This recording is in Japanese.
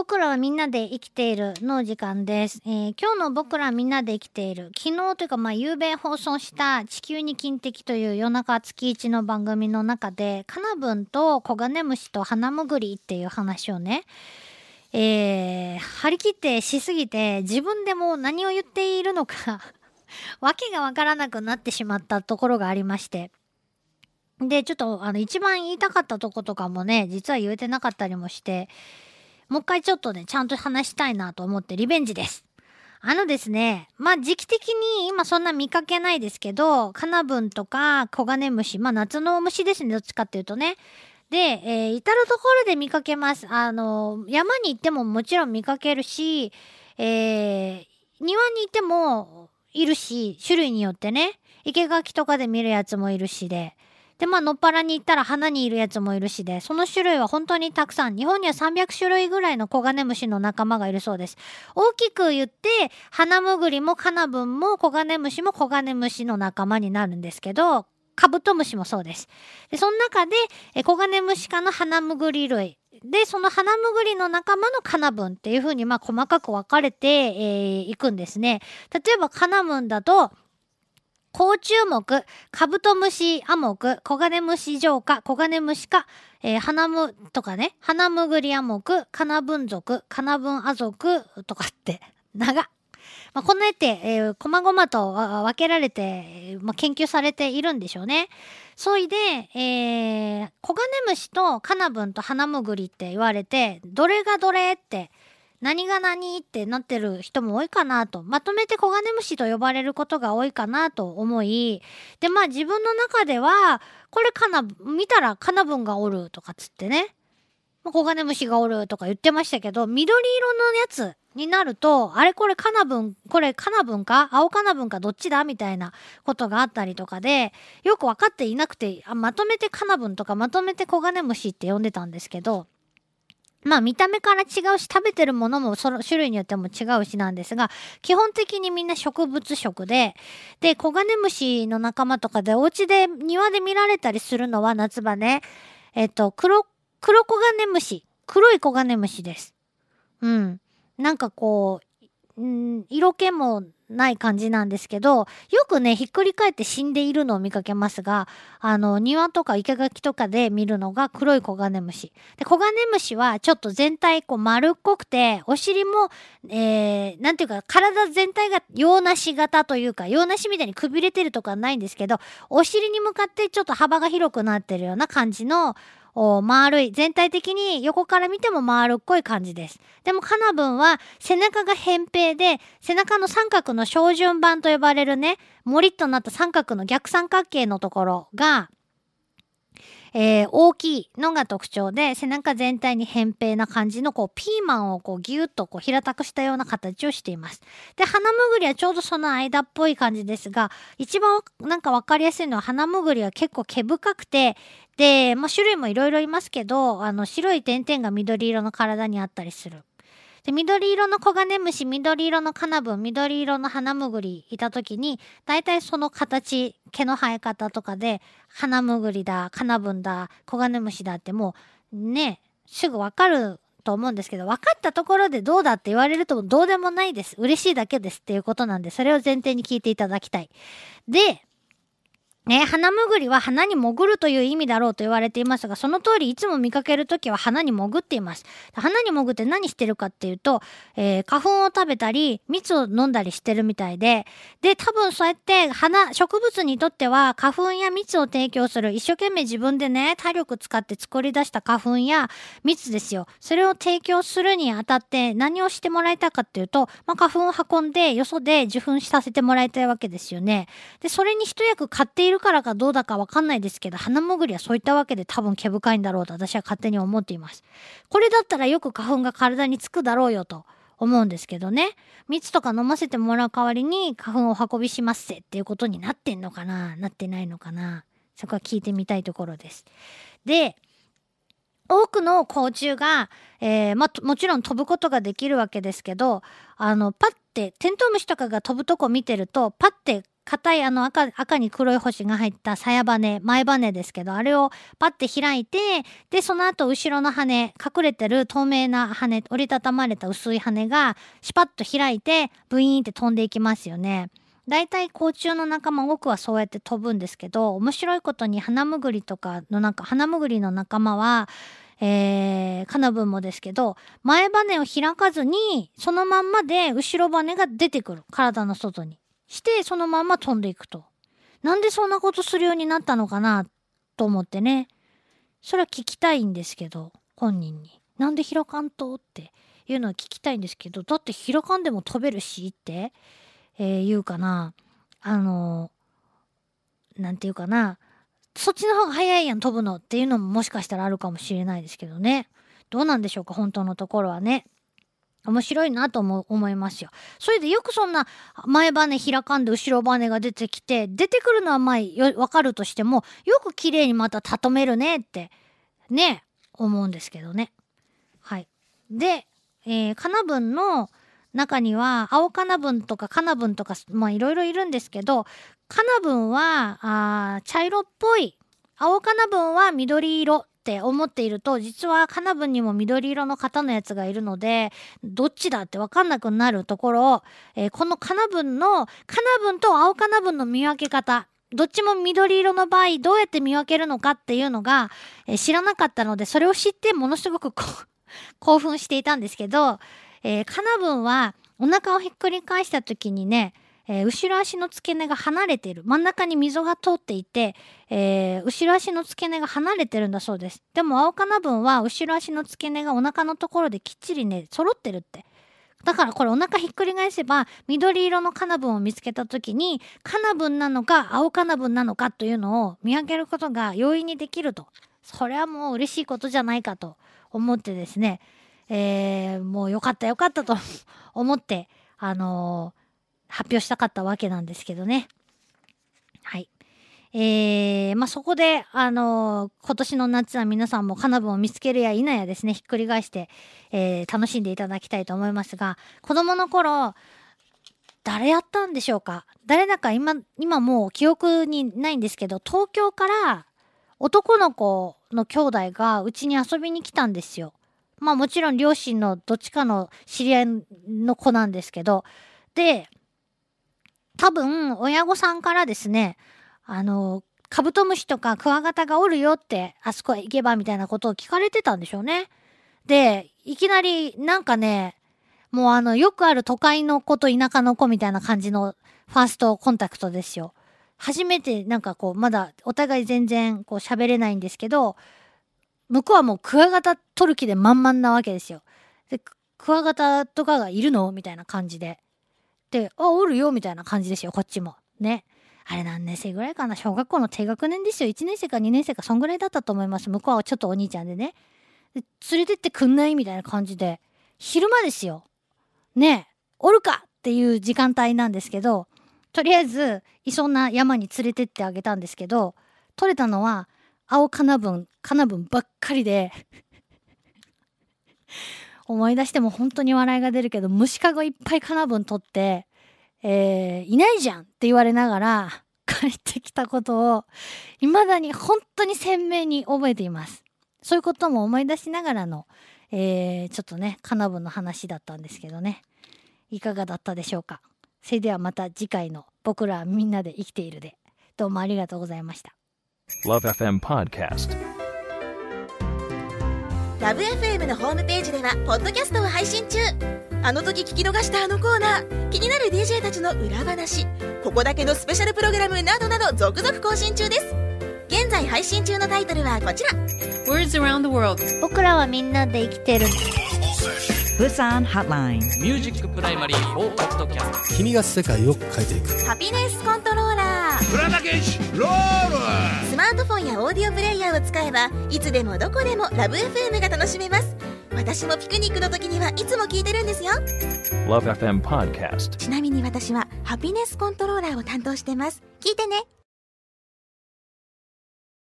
僕らはみんなで生きているの時間です。今日の僕らはみんなで生きている。昨日というか夕べ放送した地球に金的という夜中月一の番組の中で、カナブンとコガネムシとハナムグリっていう話をね、張り切ってしすぎて自分でも何を言っているのかわけがわからなくなってしまったところがありまして。で、ちょっと一番言いたかったとことかもね、実は言えてなかったりもして、もう一回ちょっとね、ちゃんと話したいなと思ってリベンジです。ですね、時期的に今そんな見かけないですけど、カナブンとかコガネムシ、夏の虫ですね、どっちかっていうとね。で、至るところで見かけます。山に行ってももちろん見かけるし、庭にいてもいるし、種類によってね、生垣とかで見るやつもいるしで、野っ原に行ったら花にいるやつもいるしで、その種類は本当にたくさん。日本には300種類ぐらいのコガネムシの仲間がいるそうです。大きく言って、ハナムグリもカナブンもコガネムシもコガネムシの仲間になるんですけど、カブトムシもそうです。で、その中で、コガネムシ科のハナムグリ類。で、そのハナムグリの仲間のカナブンっていう風に細かく分かれていくんですね。例えばカナブンだと、甲虫目、カブトムシア目、コガネムシ上科、コガネムシ科、ハナムとかね、ハナムグリア目、カナブン属、カナブンア属とかって、長っ。この絵って、細々と分けられて、研究されているんでしょうね。そいで、コガネムシとカナブンとハナムグリって言われて、どれがどれって、何が何ってなってる人も多いかなと。まとめてコガネムシと呼ばれることが多いかなと思い。で、自分の中では、これ見たらカナブンがおるとかつってね。コガネムシがおるとか言ってましたけど、緑色のやつになると、あれこれカナブンか青カナブンかどっちだみたいなことがあったりとかで、よくわかっていなくて、まとめてカナブンとかまとめてコガネムシって呼んでたんですけど、見た目から違うし、食べてるものもその種類によっても違うしなんですが、基本的にみんな植物食で、コガネムシの仲間とかでお家で庭で見られたりするのは夏場ね、黒コガネムシ。黒いコガネムシです。うん。色気もない感じなんですけど、よくね、ひっくり返って死んでいるのを見かけますが、庭とか生垣とかで見るのが黒いコガネムシ。で、コガネムシはちょっと全体丸っこくて、お尻も、なんていうか、体全体が洋梨型というか、洋梨みたいにくびれてるとかはないんですけど、お尻に向かってちょっと幅が広くなってるような感じの、丸い。全体的に横から見ても丸っこい感じです。でもカナブンは背中が扁平で、背中の三角の小順板と呼ばれるね、もりっとなった三角の逆三角形のところが、大きいのが特徴で、背中全体に扁平な感じのピーマンをギュッと平たくしたような形をしています。で、ハナムグリはちょうどその間っぽい感じですが、一番わかりやすいのはハナムグリは結構毛深くて、で、種類もいろいろいますけど、白い点々が緑色の体にあったりする。で、緑色のコガネムシ、緑色のカナブン、緑色のハナムグリいたときに、だいたいその形、毛の生え方とかで、ハナムグリだ、カナブンだ、コガネムシだってもう、ね、すぐわかると思うんですけど、分かったところでどうだって言われるとどうでもないです。嬉しいだけですっていうことなんで、それを前提に聞いていただきたい。で、ハナムグリは花に潜るという意味だろうと言われていますが、その通りいつも見かけるときは花に潜っています。花に潜って何してるかっていうと、花粉を食べたり、蜜を飲んだりしてるみたいで、多分そうやって植物にとっては花粉や蜜を提供する、一生懸命自分でね、体力使って作り出した花粉や蜜ですよ。それを提供するにあたって何をしてもらいたいかっていうと、花粉を運んでよそで受粉させてもらいたいわけですよね。で、それに一役買っているからかどうだかわかんないですけど、ハナムグリはそういったわけで多分毛深いんだろうと私は勝手に思っています。これだったらよく花粉が体につくだろうよと思うんですけどね。蜜とか飲ませてもらう代わりに花粉を運びしますせっていうことになってんのかな、なってないのかな。そこは聞いてみたいところです。で、多くの甲虫が、もちろん飛ぶことができるわけですけど、パッて、テントウムシとかが飛ぶとこ見てると、パッて硬い赤に黒い星が入った鞘羽、前羽ですけど、あれをパッて開いて、で、その後後ろの羽、隠れてる透明な羽、折りたたまれた薄い羽がシュパッと開いて、ブイーンって飛んでいきますよね。だいたい甲虫の仲間多くはそうやって飛ぶんですけど、面白いことにハナムグリの仲間は、カナブンもですけど、前羽を開かずに、そのまんまで後ろ羽が出てくる。体の外に。して、そのまんま飛んでいくと。なんでそんなことするようになったのかな、と思ってね。それは聞きたいんですけど、本人に。なんで開かんとっていうのを聞きたいんですけど、だって開かんでも飛べるしって、言うかな。なんていうかな。そっちの方が早いやん飛ぶのっていうのももしかしたらあるかもしれないですけどね。どうなんでしょうか本当のところはね。面白いなと思いますよ。それでよくそんな前羽開かんで後ろ羽が出てきて、出てくるのはわかるとしても、よく綺麗にまた例めるねってね思うんですけどね。はい。で、カナブンの中には青カナブンとかカナブンとかまあいろいろいるんですけど、カナブンは茶色っぽい、青カナブンは緑色って思っていると、実はカナブンにも緑色の型のやつがいるので、どっちだって分かんなくなるところを、このカナブンと青カナブンの見分け方、どっちも緑色の場合どうやって見分けるのかっていうのが、知らなかったので、それを知ってものすごく興奮していたんですけど、カナブンはお腹をひっくり返した時にね、後ろ足の付け根が離れている。真ん中に溝が通っていて、後ろ足の付け根が離れてるんだそうです。でも青カナブンは後ろ足の付け根がお腹のところできっちりね、揃ってるって。だからこれお腹ひっくり返せば、緑色のカナブンを見つけた時に、カナブンなのか青カナブンなのかというのを見分けることが容易にできると。それはもう嬉しいことじゃないかと思ってですね、もうよかったと思って、発表したかったわけなんですけどね。はい。そこで、今年の夏は皆さんもカナブンを見つけるや否やですね、ひっくり返して、楽しんでいただきたいと思いますが、子供の頃、誰やったんでしょうか？誰だか今もう記憶にないんですけど、東京から男の子の兄弟がうちに遊びに来たんですよ。まあもちろん両親のどっちかの知り合いの子なんですけど、で、多分親御さんからですね、カブトムシとかクワガタがおるよってあそこへ行けばみたいなことを聞かれてたんでしょうね。で、いきなりなんかね、もうよくある都会の子と田舎の子みたいな感じのファーストコンタクトですよ。初めてなんかこうまだお互い全然こう喋れないんですけど、向こうはもうクワガタ取る気で満々なわけですよ。で、クワガタとかがいるのみたいな感じで。で、おるよみたいな感じですよ、こっちも。ね。あれ何年生ぐらいかな、小学校の低学年ですよ。1年生か2年生かそんぐらいだったと思います。向こうはちょっとお兄ちゃんでね。で連れてってくんないみたいな感じで。昼間ですよ。ねえ、おるかっていう時間帯なんですけど、とりあえず、いそうな山に連れてってあげたんですけど、取れたのは、青カナブンばっかりで、思い出しても本当に笑いが出るけど、虫かごいっぱいカナブン取って、いないじゃんって言われながら帰ってきたことを、未だに本当に鮮明に覚えています。そういうことも思い出しながらの、ちょっとね、カナブンの話だったんですけどね。いかがだったでしょうか。それではまた次回の僕らはみんなで生きているで、どうもありがとうございました。 LoveFM Podcast。 LoveFM のホームページではポッドキャストを配信中。あの時聞き逃したあのコーナー、気になる DJ たちの裏話、ここだけのスペシャルプログラムなどなど続々更新中です。現在配信中のタイトルはこちら。 Words around the world。 僕らはみんなで生きてる。 Busan Hotline。 ミュージックプライマリー4ポッドキャスト。 君が世界を変えていく。 ハピネスコントローラー。 浦田健士ロール。 スマートフォンやオーディオプレイヤーを使えばいつでもどこでも LoveFM が楽しめます。私もピクニックの時にはいつも聞いてるんですよ。 LoveFM Podcast。 ちなみに私はハピネスコントローラーを担当してます。聞いてね。